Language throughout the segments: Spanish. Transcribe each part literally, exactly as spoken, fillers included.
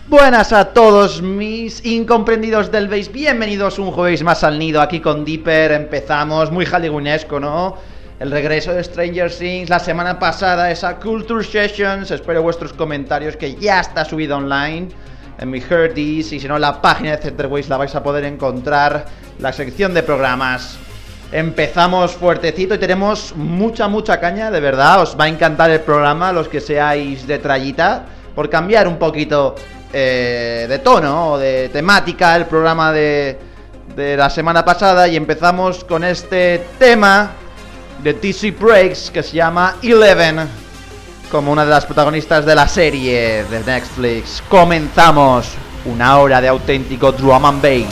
Buenas a todos mis incomprendidos del bass, bienvenidos un jueves más al nido aquí con Dipper. Empezamos muy halloweenesco, ¿no? El regreso de Stranger Things, la semana pasada esa Culture Sessions. Espero vuestros comentarios, que ya está subido online en mi Hearties, y si no, la página de Centerways la vais a poder encontrar, la sección de programas. Empezamos fuertecito y tenemos mucha, mucha caña, de verdad. Os va a encantar el programa, los que seáis de trayita, por cambiar un poquito eh, de tono o de temática el programa de, de la semana pasada. Y empezamos con este tema de T C Breaks que se llama Eleven, como una de las protagonistas de la serie de Netflix. Comenzamos una hora de auténtico drum and bass.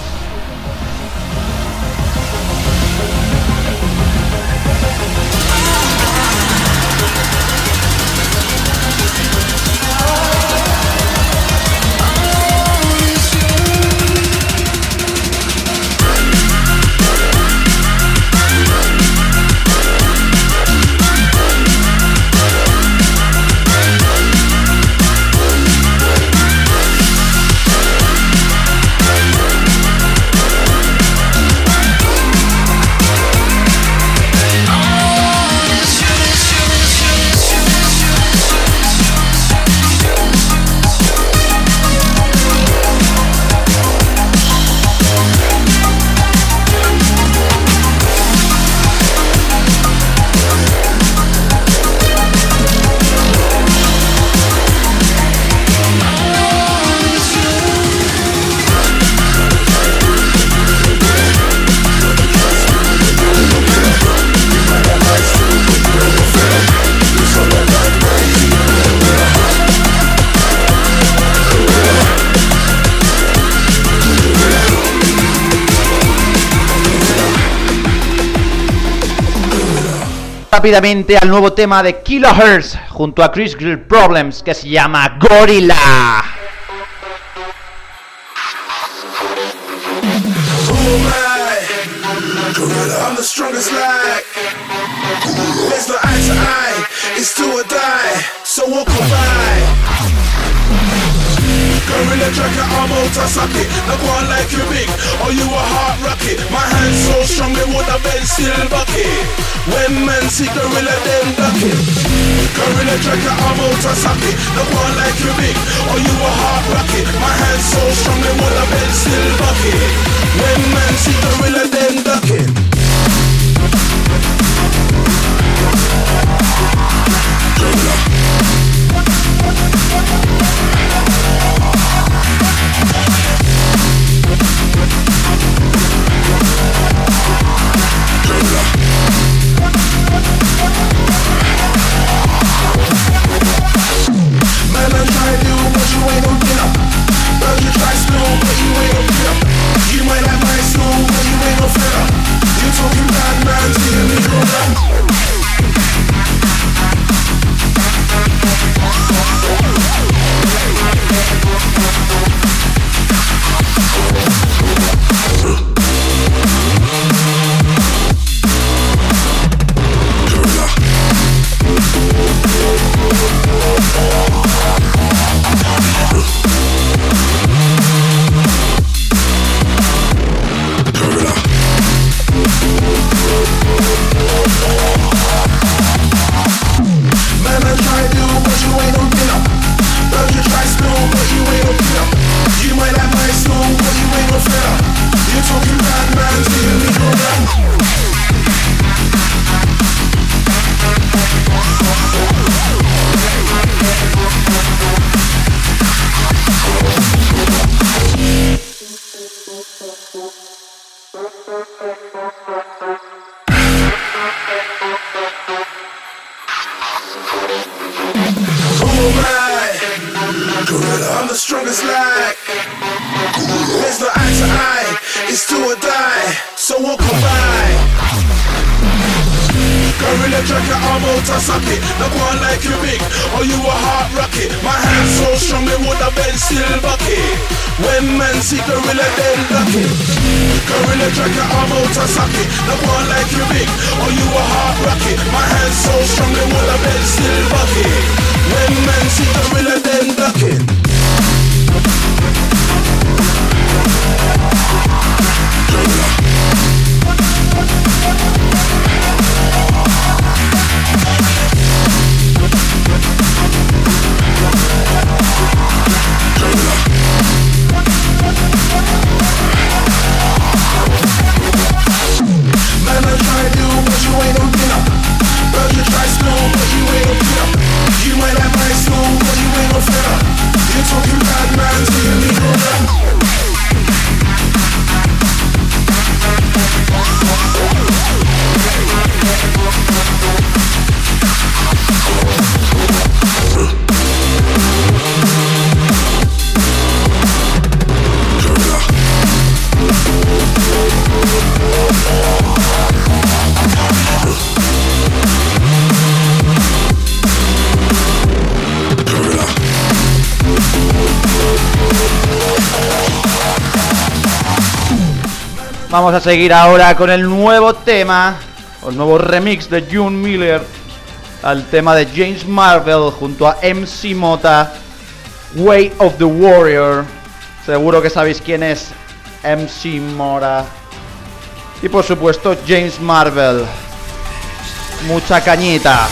Rápidamente al nuevo tema de Kilohertz junto a Chris Grill Problems, que se llama Gorilla. I'm the strongest like there's no eye to eye, it's do or die, so walk or by. Gorilla tracker, I'm out of socket. No go on like you big, or you a heart rocket. My hands so strong, they would have been still bucket. When men see gorilla, then duck it. Gorilla tracker, I'm out of socket. No go on like you big, or you a heart rocket. My hands so strong, they would have been still bucket. When men see gorilla, then duck it. Gorilla. Man, I try to do, but you ain't no dinner. Girl, you try slow, but you ain't no killer. You might have my slow, but you ain't no filler. You talking bad man, see me go down. I'm the strongest like there's no eye to eye, it's do or die, so walk or by. Gorilla tracker, I'm out of socket. No go on like you big, or you a heart rocket. My hands so strong, they would have been still bucket. When men see gorilla, then duck it. Gorilla tracker, I'm out of socket. No go on like you big, or you a heart rocket. My hands so strong, they would have been still bucket. When men see gorilla, then duck it. Vamos a seguir ahora con el nuevo tema, o el nuevo remix de June Miller al tema de James Marvel junto a M C Mota, Way of the Warrior. Seguro que sabéis quién es M C Mota. Y por supuesto James Marvel. Mucha cañita.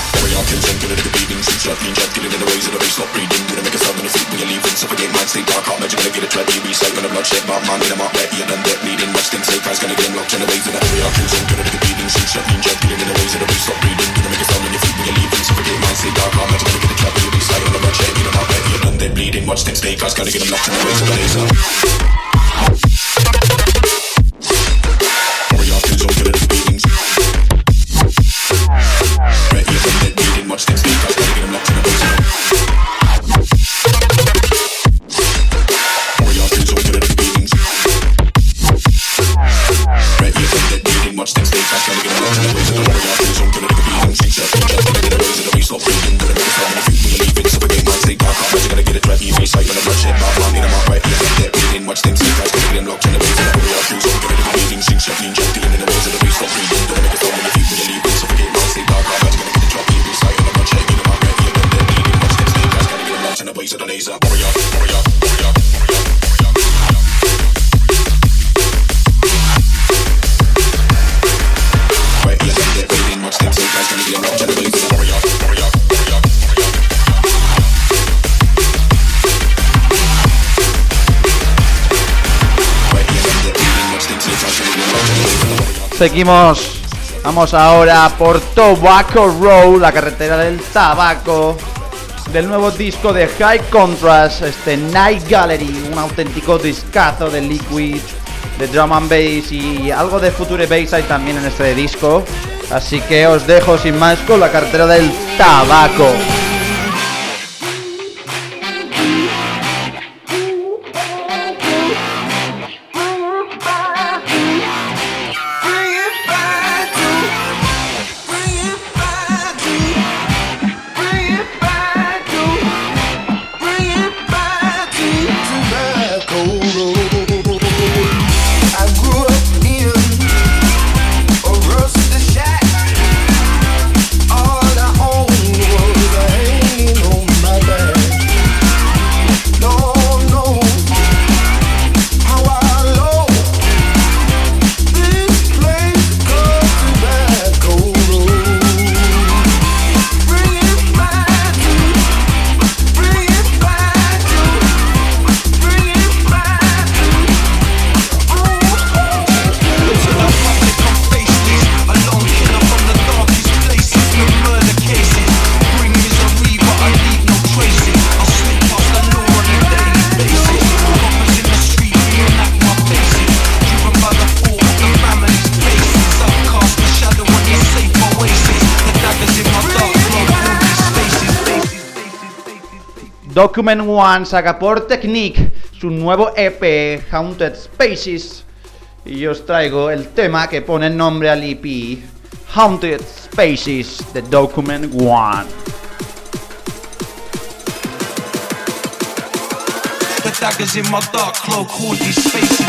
Seguimos, vamos ahora por Tobacco Road, la carretera del tabaco, del nuevo disco de High Contrast, este Night Gallery, un auténtico discazo de Liquid, de drum and bass y algo de future bass hay también en este disco. Así que os dejo sin más con la carretera del tabaco. Document One saca por Technique su nuevo E P, Haunted Spaces, y os traigo el tema que pone nombre al E P, Haunted Spaces de Document One. The daggers in my dark cloak hold these spaces.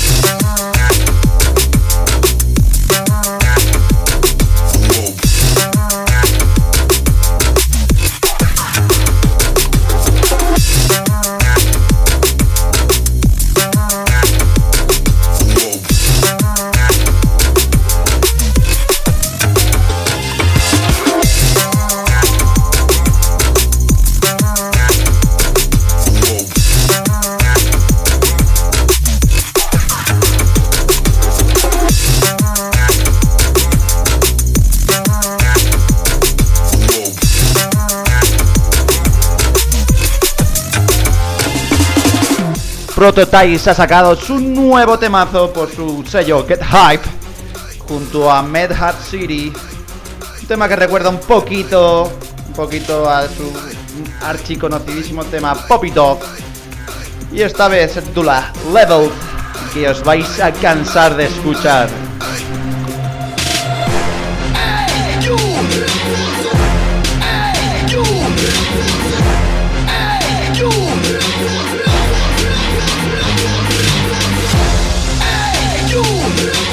Prototype ha sacado su nuevo temazo por su sello Get Hype junto a Mad Hat City, un tema que recuerda un poquito un poquito a su archiconocidísimo tema Pop It Off, y esta vez se titula Level, que os vais a cansar de escuchar. You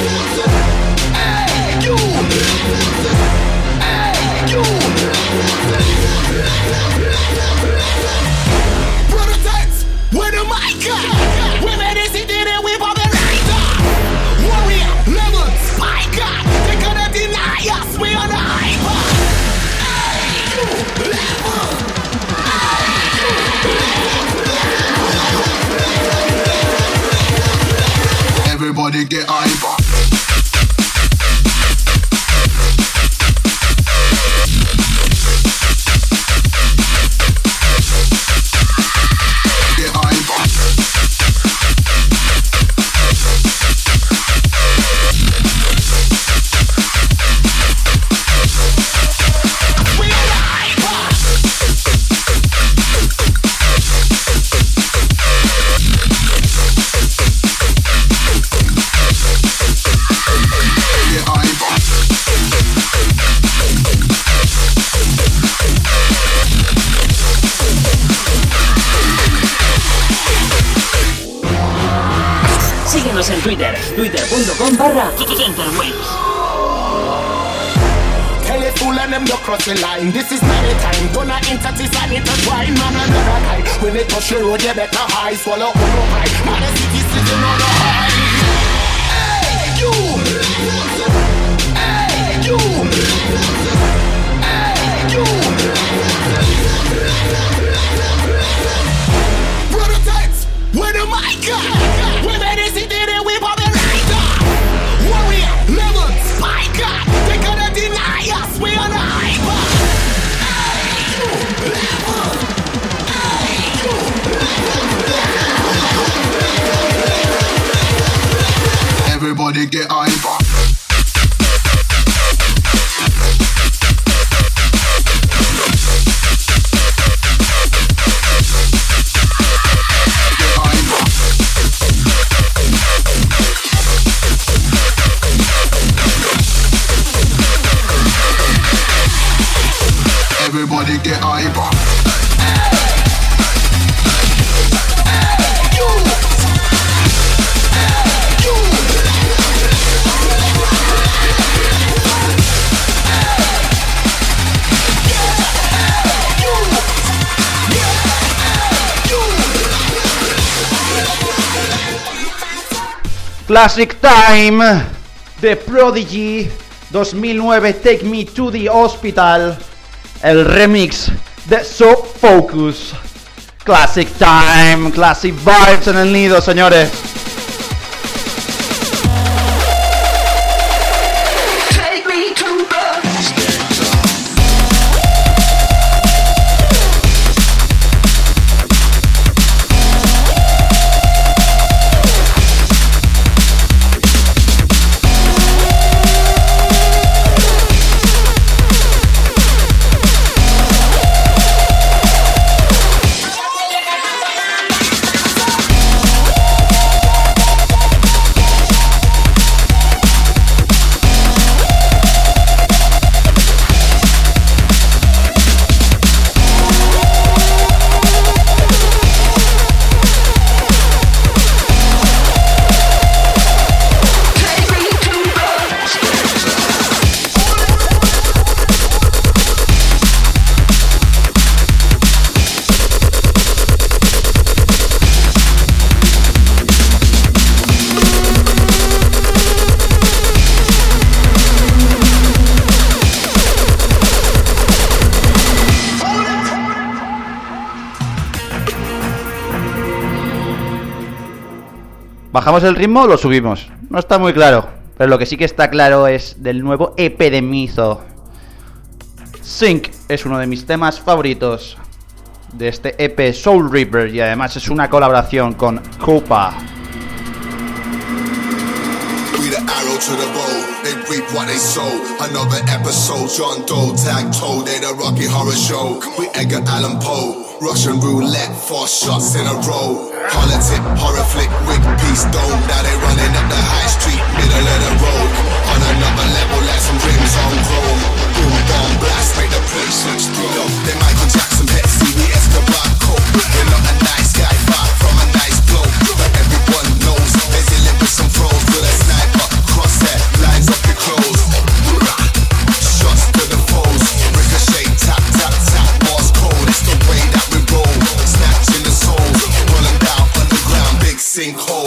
Síguenos en Twitter, twitter.com barra Centerwaves. Tell it fool and them you cross the line. This is not the time. Don't not enter this and intertwine. Man another guy. When they touch the road, you better high. Swallow all the high. Man the city sitting on the high. Hey you. Hey you. Hey you. Prototypes. Where the mic at? When they sit there, we pop it right up. Warrior, level, spiker. They gonna deny us. We are the hyper. Hey you. Level. Hey you. Everybody get hyper. Everybody get hyper. Classic Time de Prodigy dos mil nueve, Take Me to the Hospital, el remix de So Focus. Classic Time, classic vibes en el nido, señores. ¿Bajamos el ritmo o lo subimos? No está muy claro, pero lo que sí que está claro es del nuevo E P de Mizo. Sync es uno de mis temas favoritos de este E P Soul Reaper y además es una colaboración con Copa. Arrow to the bow, they reap what they sow. Another episode, John Doe, tag toe, they the Rocky Horror Show. We Edgar Allan Poe, Russian roulette, four shots in a row. Politic, horror flick, wig piece dome. Now they running up the high street, middle of the road. On another level, like some rims on chrome. Boom, bomb, blast, make the place explode. They Michael Jackson, Pepsi, we Escobar, Coke. We're not a nice guy, far from a nice bloke. But everyone knows, there's a lip with some froze with a sniper. Crosshair, lines up your clothes. Shots to the foes. Ricochet, tap, tap, tap. Morse code, it's the way that we roll. Snatching the souls, rolling down underground, big sinkhole.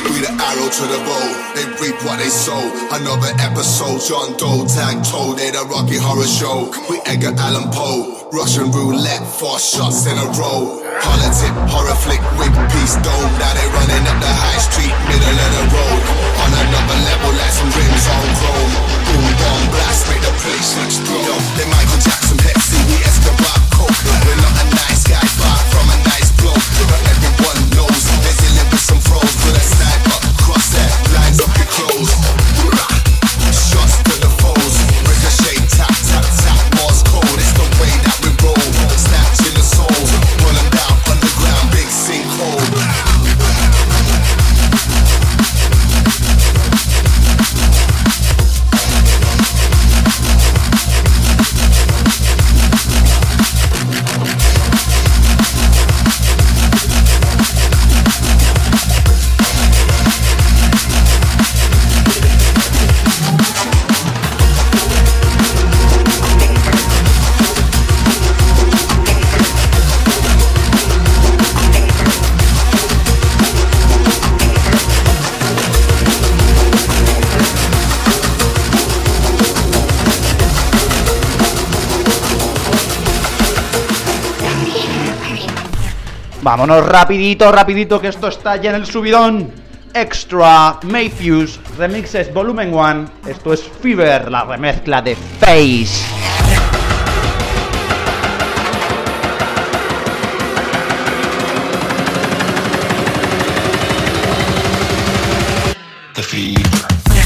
We the arrow to the bow, they reap what they sow. Another episode, John Doe, tag toe, they the Rocky Horror Show. We Edgar Allan Poe, Russian roulette, four shots in a row. Politic, horror flick, wig piece dome. Now they running up the high street, middle of the road. On another level, like some rims on chrome. Boom, bomb, blast, make the place explode. Yo, they Michael Jackson, Pepsi, we Escobar, Coke. We're not a nice guy, far from a nice bloke. But everyone knows, there's dealing with some pros. With a sniper, cross that, lines up your clothes. Shots to the foes, ricochet, tap, tap, tap, Morse code. It's the way that we roll, snatching the souls. Pull them down, underground, big sinkhole. Vámonos rapidito, rapidito, que esto está ya en el subidón. Extra Mayfuse Remixes Volumen uno. Esto es Fever, la remezcla de Face. The Fever.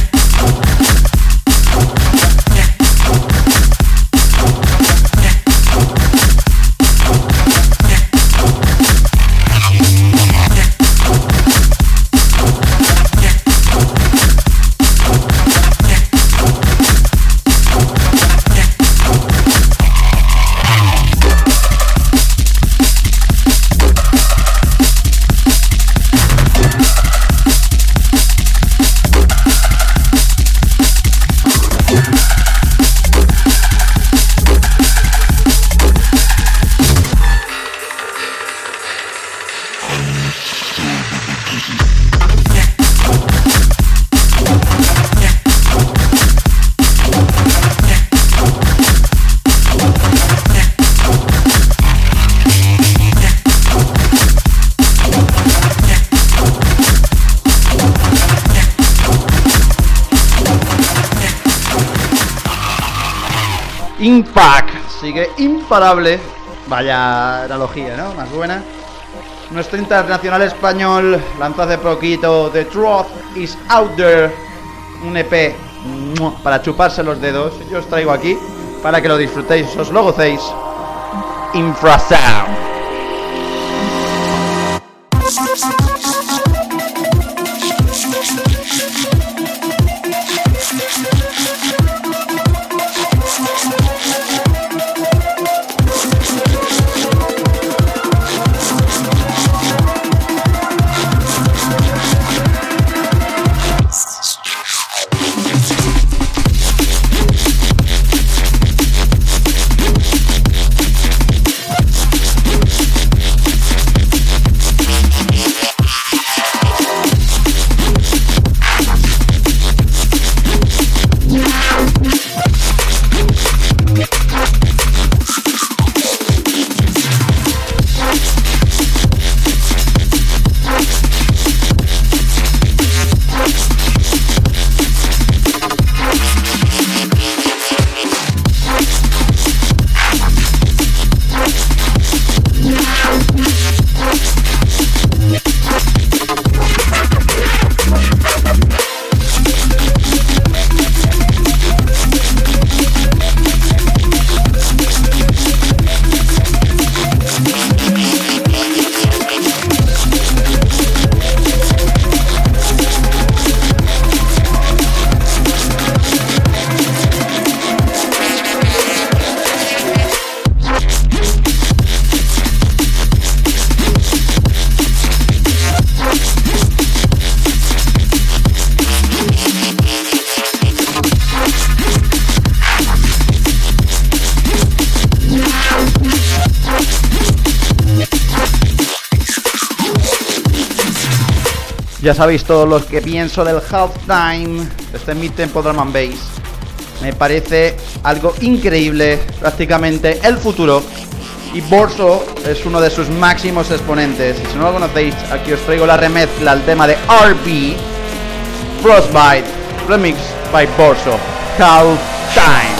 Impact sigue imparable. Vaya analogía, ¿no? Más buena. Nuestro internacional español lanzó hace poquito The Truth Is Out There, un E P para chuparse los dedos. Yo os traigo aquí para que lo disfrutéis, os lo gocéis. Infrasound. Ya sabéis todo lo que pienso del Halftime, este mid-tempo drum and bass. Me parece algo increíble, prácticamente el futuro. Y Borso es uno de sus máximos exponentes. Y si no lo conocéis, aquí os traigo la remezcla al tema de R B, Frostbite, remix by Borso, Halftime.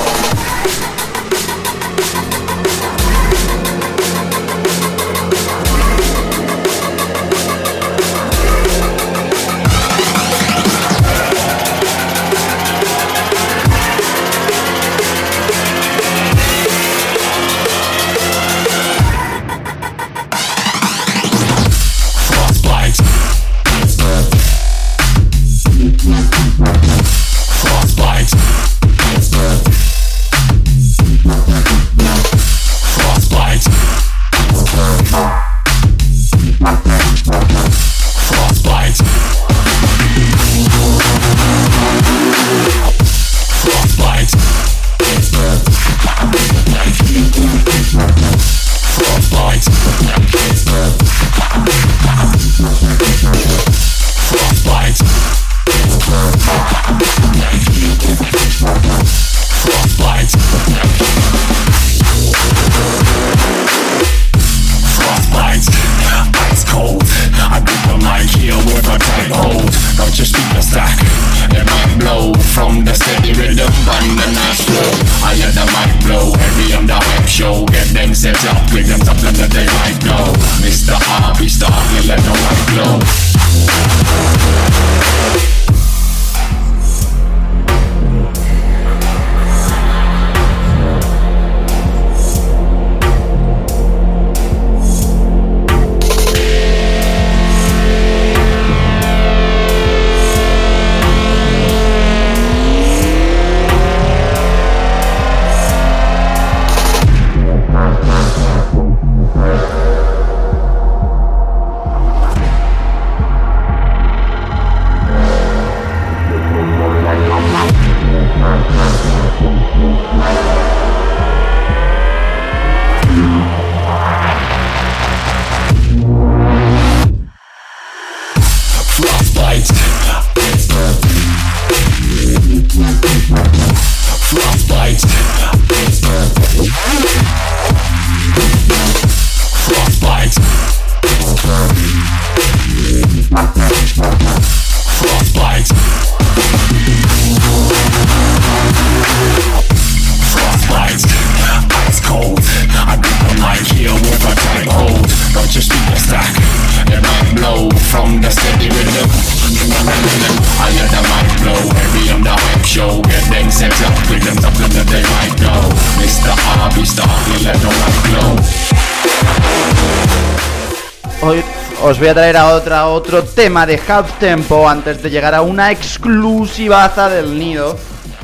Hoy os voy a traer a otra, otro tema de half tempo antes de llegar a una exclusivaza del nido.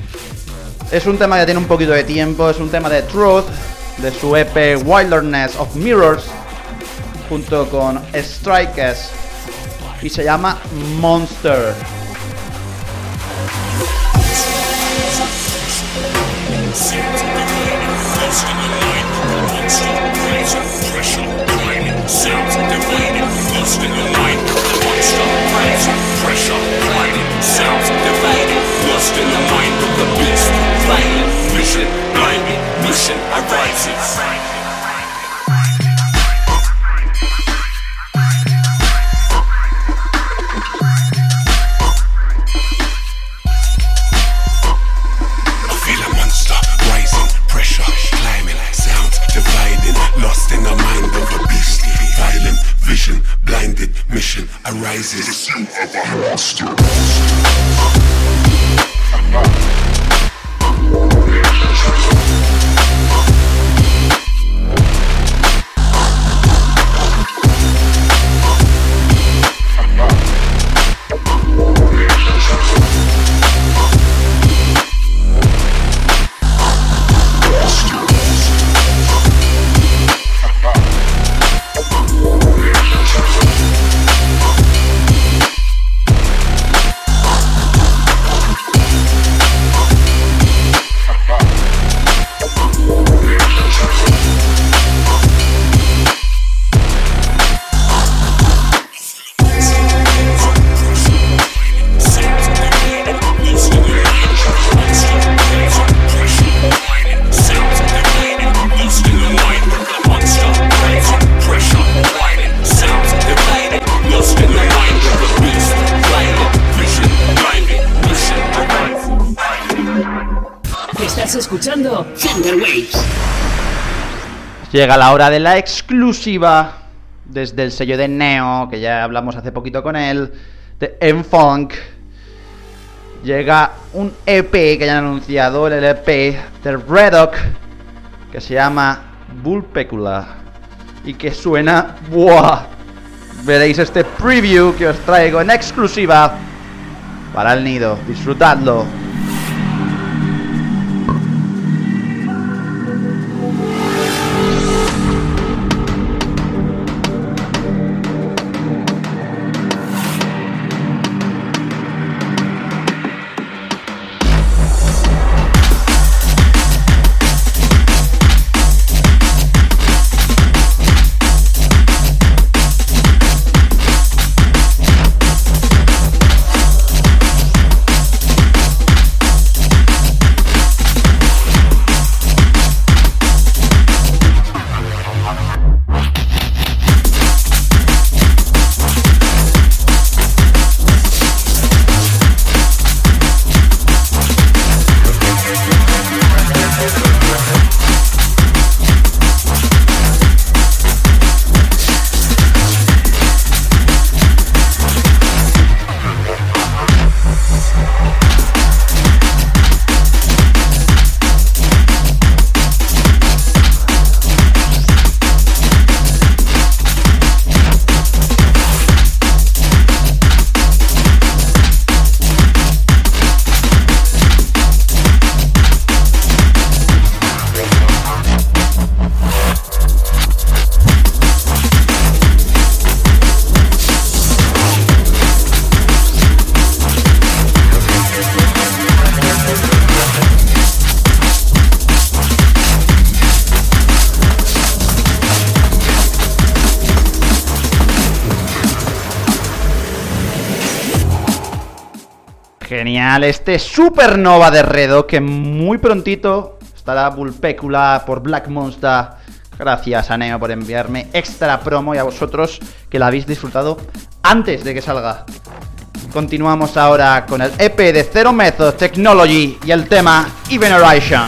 Es un tema que tiene un poquito de tiempo, es un tema de Truth, de su E P Wilderness of Mirrors, junto con Strikers, y se llama Monster. Sounds divided, lost in the mind. Monster, pressure, pressure, blinding. Sounds divided, lost in the mind of the beast. Violent, mission, blinding, mission arises. I feel a monster rising, pressure, climbing. Sounds dividing, lost in the mind of a beast. Violent vision, blinded mission arises. Of a monster. Estás escuchando Thunder Waves. Llega la hora de la exclusiva desde el sello de Neo, que ya hablamos hace poquito con él, de M-Funk. Llega un E P que ya han anunciado, el E P de Redoc, que se llama Vulpecula y que suena ¡buah! Veréis este preview que os traigo en exclusiva para el nido. Disfrutadlo. Genial, este Supernova de Redoc, que muy prontito estará Vulpecula por Black Monster. Gracias a Neo por enviarme extra promo y a vosotros que la habéis disfrutado antes de que salga. Continuamos ahora con el E P de Zero Method Technology y el tema Eveneration.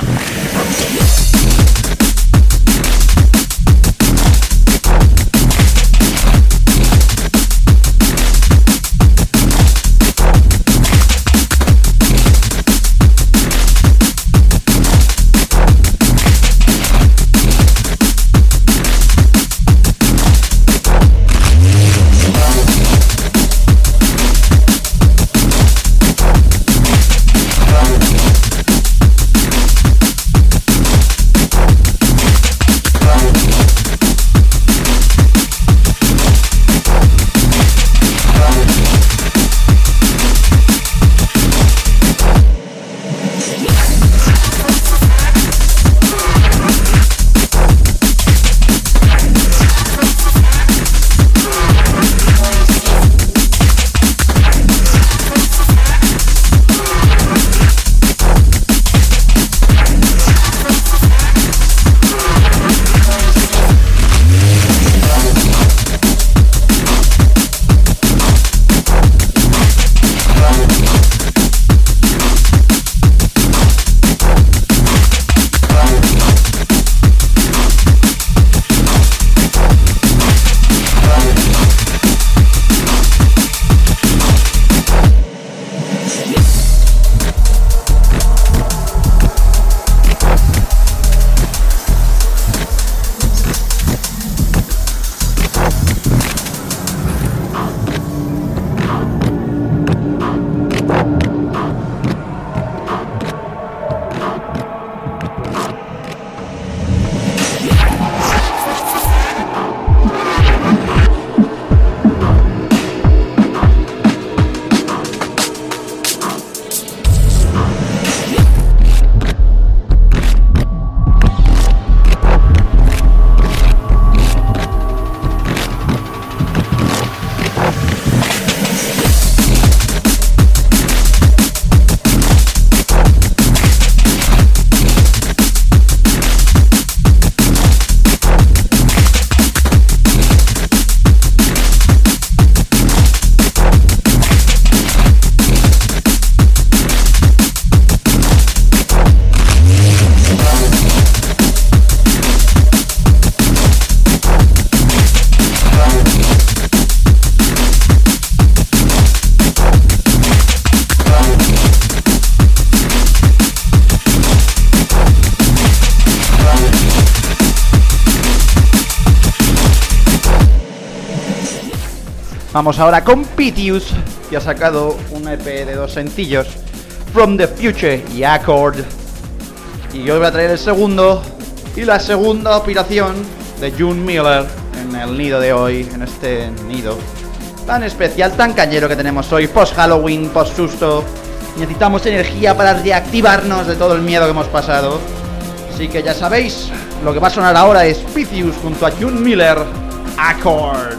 Vamos ahora con Piteous, que ha sacado un E P de dos sencillos, From the Future y Accord. Y yo os voy a traer el segundo y la segunda operación de June Miller en el nido de hoy, en este nido tan especial, tan cañero que tenemos hoy, post Halloween, post susto. Necesitamos energía para reactivarnos de todo el miedo que hemos pasado. Así que ya sabéis, lo que va a sonar ahora es Piteous junto a June Miller, Accord.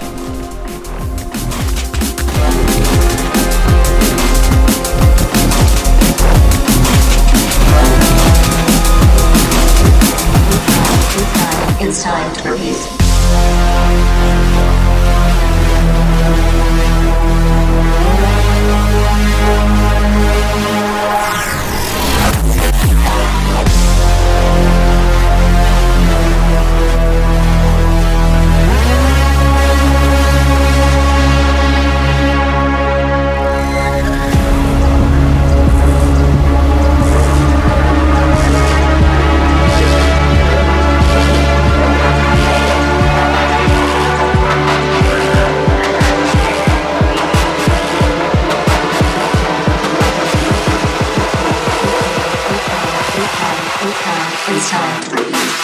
It's time to release. It's time to release.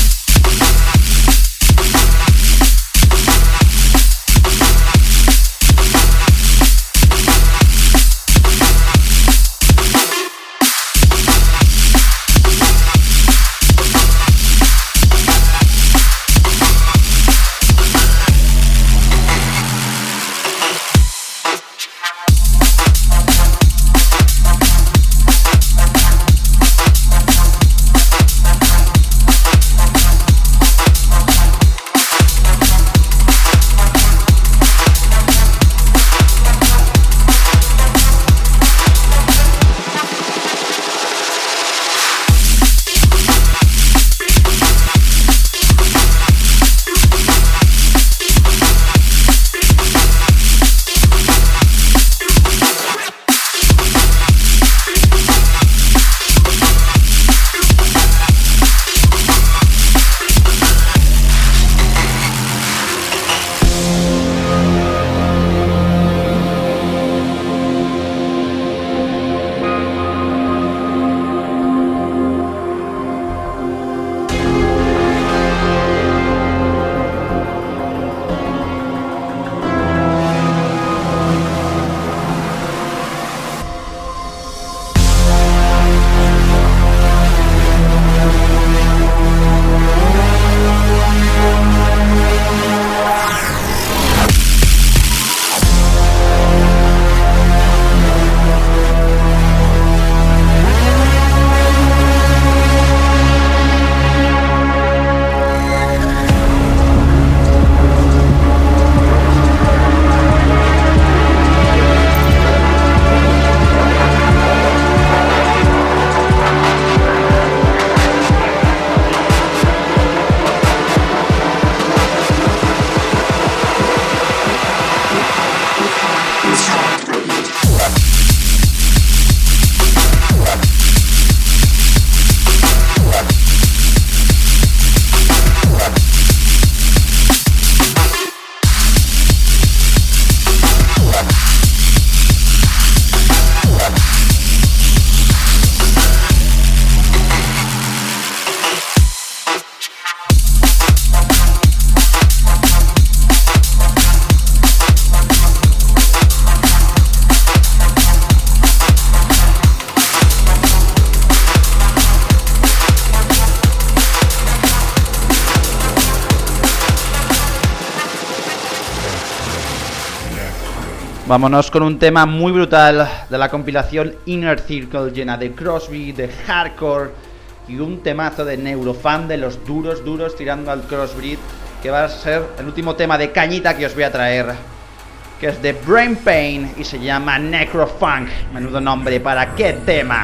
Vámonos con un tema muy brutal de la compilación Inner Circle, llena de crossbeat, de hardcore y un temazo de neurofan de los duros, duros tirando al crossbeat, que va a ser el último tema de cañita que os voy a traer, que es de Brain Pain y se llama Necrofunk. Menudo nombre para qué tema.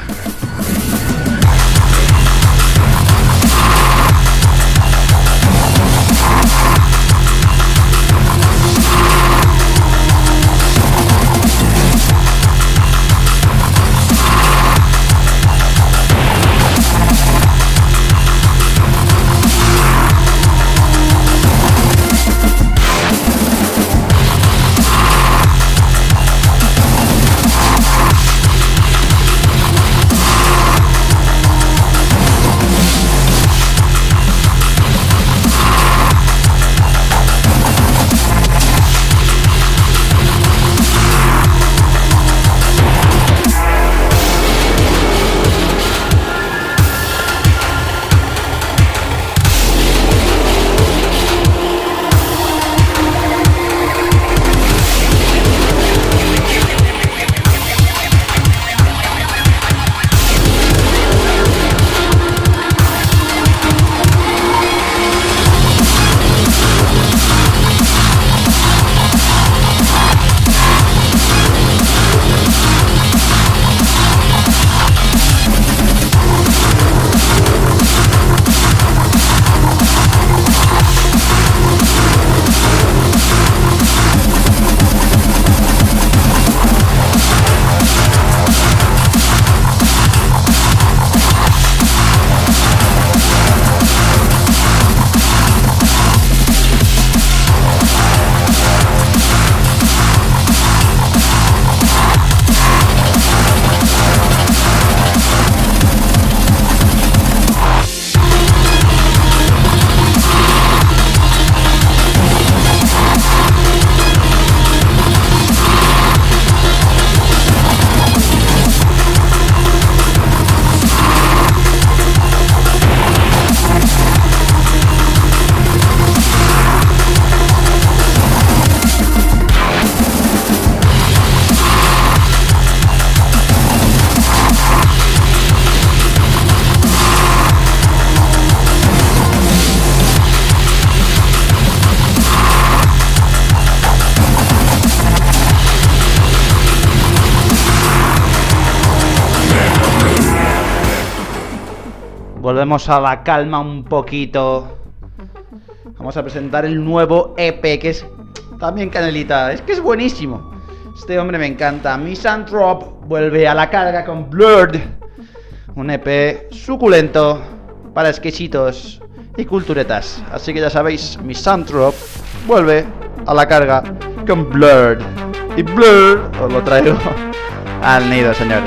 volvemos a la calma un poquito. Vamos a presentar el nuevo E P, que es también canelita. Es que es buenísimo. Este hombre me encanta. Misanthrope vuelve a la carga con Blurred. Un E P suculento para exquisitos y culturetas. Así que ya sabéis, Misanthrope vuelve a la carga con Blurred. Y Blurred os lo traigo al nido, señores.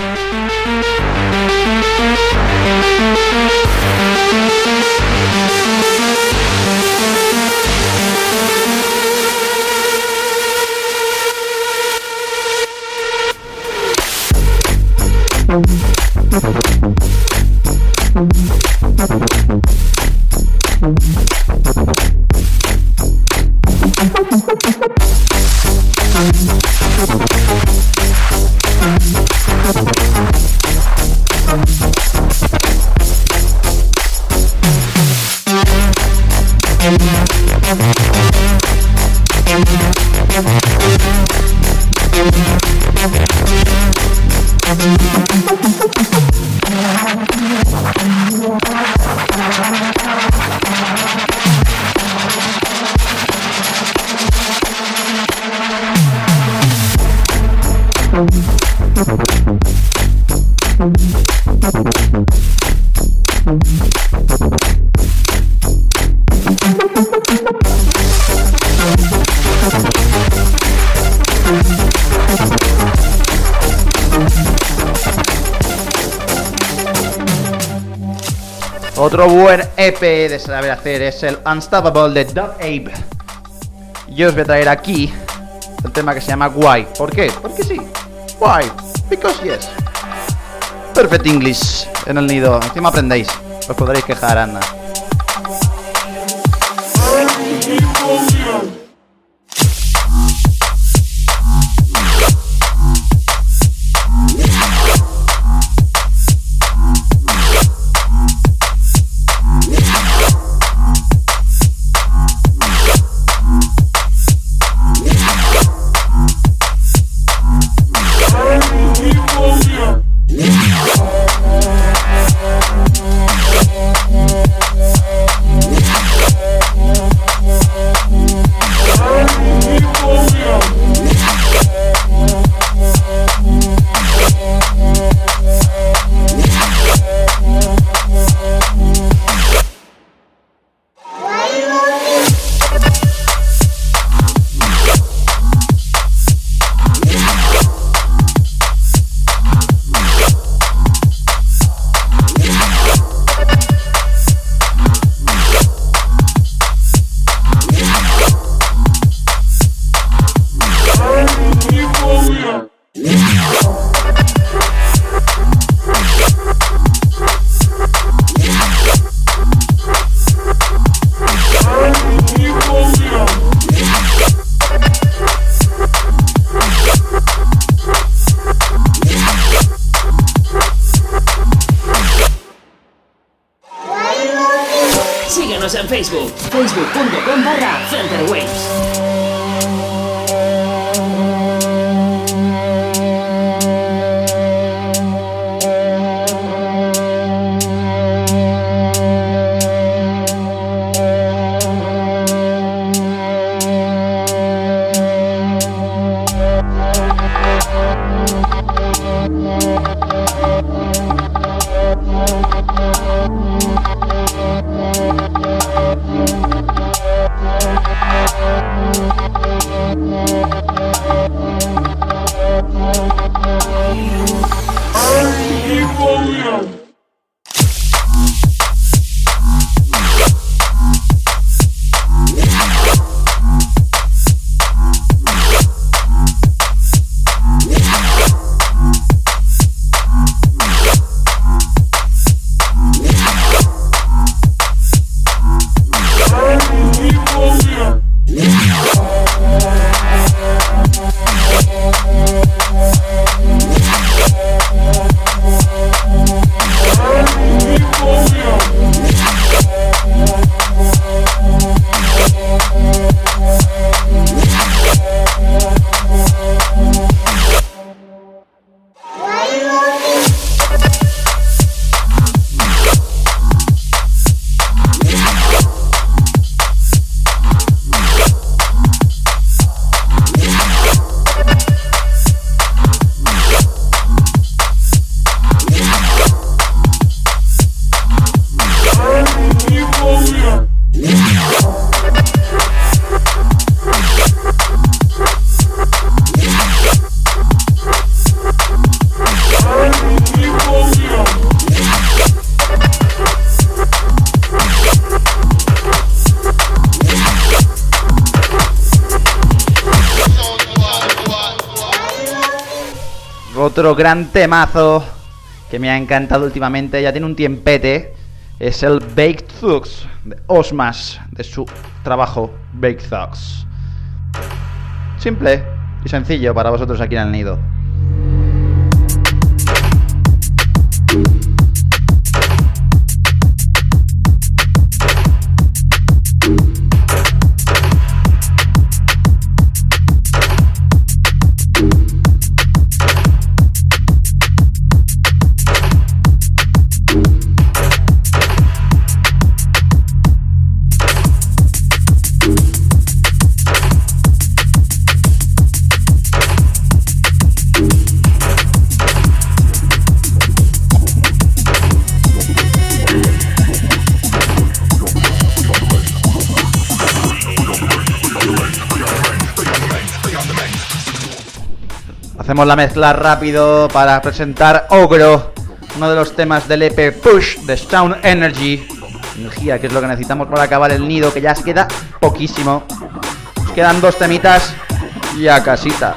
Otro buen E P de saber hacer es el Unstoppable de Dub Ape. Yo os voy a traer aquí el tema que se llama Why. ¿Por qué? Porque sí. Why? Because yes. Perfect English en el nido. Encima aprendéis. Os podréis quejar, anda. Síguenos en Facebook, facebook punto com barra Centerwaves. Otro gran temazo que me ha encantado últimamente, ya tiene un tiempete, es el Baked Thugs de Osmas, de su trabajo Baked Thugs. Simple y sencillo para vosotros aquí en el nido. Hacemos la mezcla rápido para presentar Ogro, uno de los temas del E P Push de Sound Energy. Energía, que es lo que necesitamos para acabar el nido, que ya se queda poquísimo. Nos quedan dos temitas y a casita.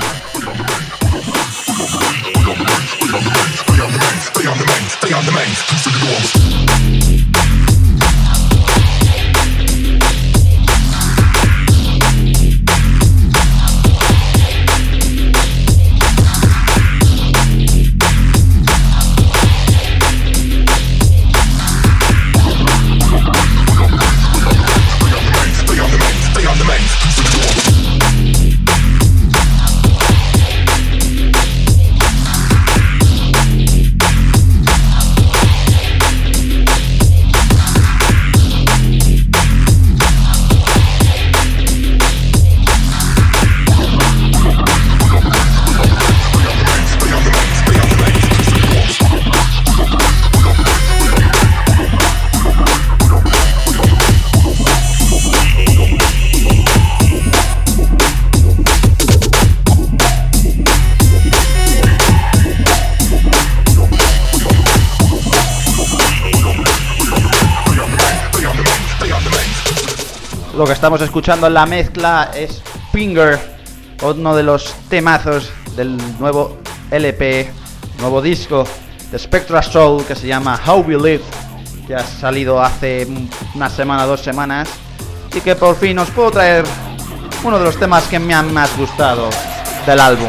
Lo que estamos escuchando en la mezcla es Finger, uno de los temazos del nuevo L P, nuevo disco de Spectra Soul que se llama How We Live, que ha salido hace una semana, dos semanas, y que por fin os puedo traer uno de los temas que me han más gustado del álbum.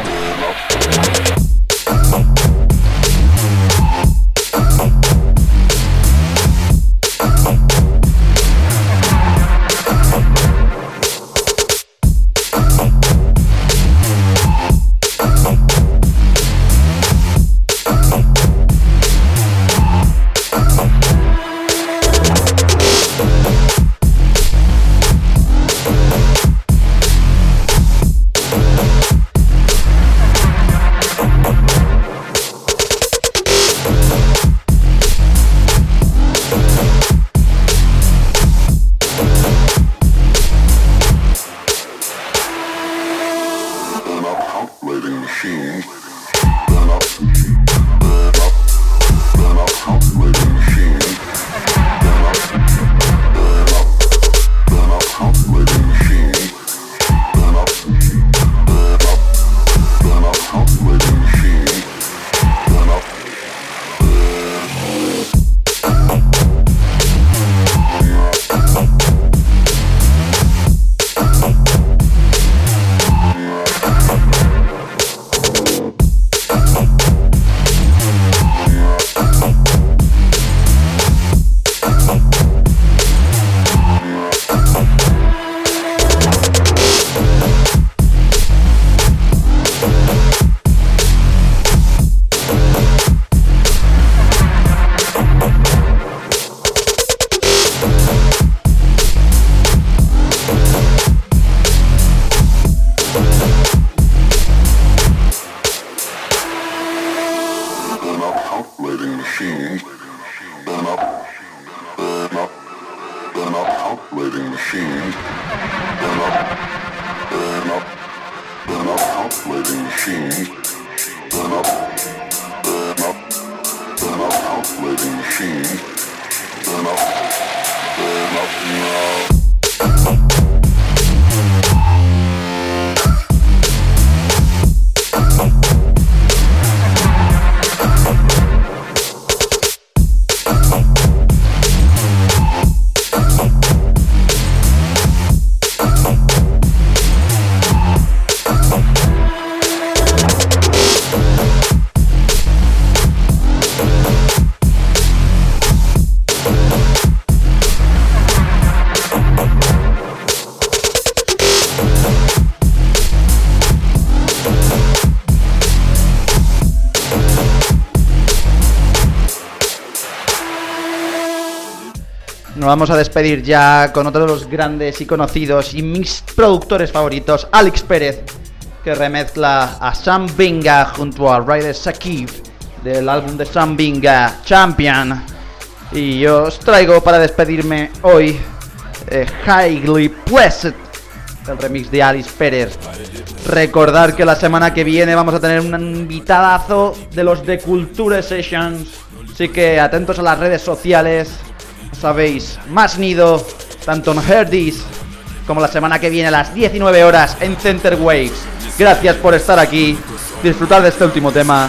nos vamos a despedir ya con otro de los grandes y conocidos y mis productores favoritos, Alex Pérez, que remezcla a Sam Binga junto a Ryder Sakib del álbum de Sam Binga, Champion. Y yo os traigo para despedirme hoy eh, Highly Blessed, el remix de Alex Pérez. Recordar que la semana que viene vamos a tener un invitadazo de los de Culture Sessions, así que atentos a las redes sociales. Sabéis, más nido, tanto en Herdis como la semana que viene a las diecinueve horas en Center Waves. Gracias por estar aquí, disfrutar de este último tema.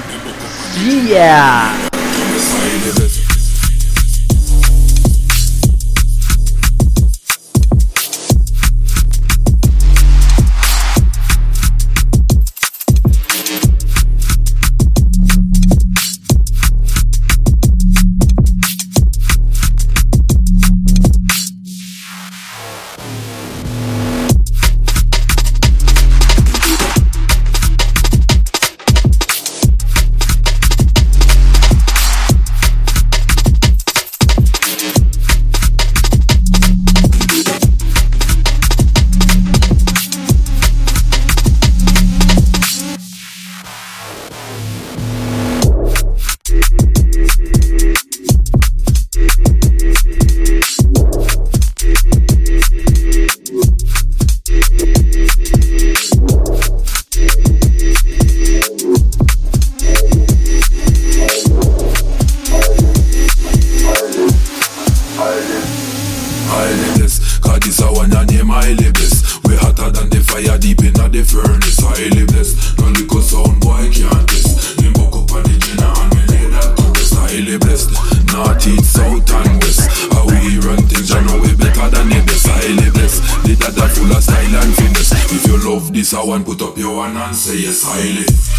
Yeah. Put up your hand and say yes, highly.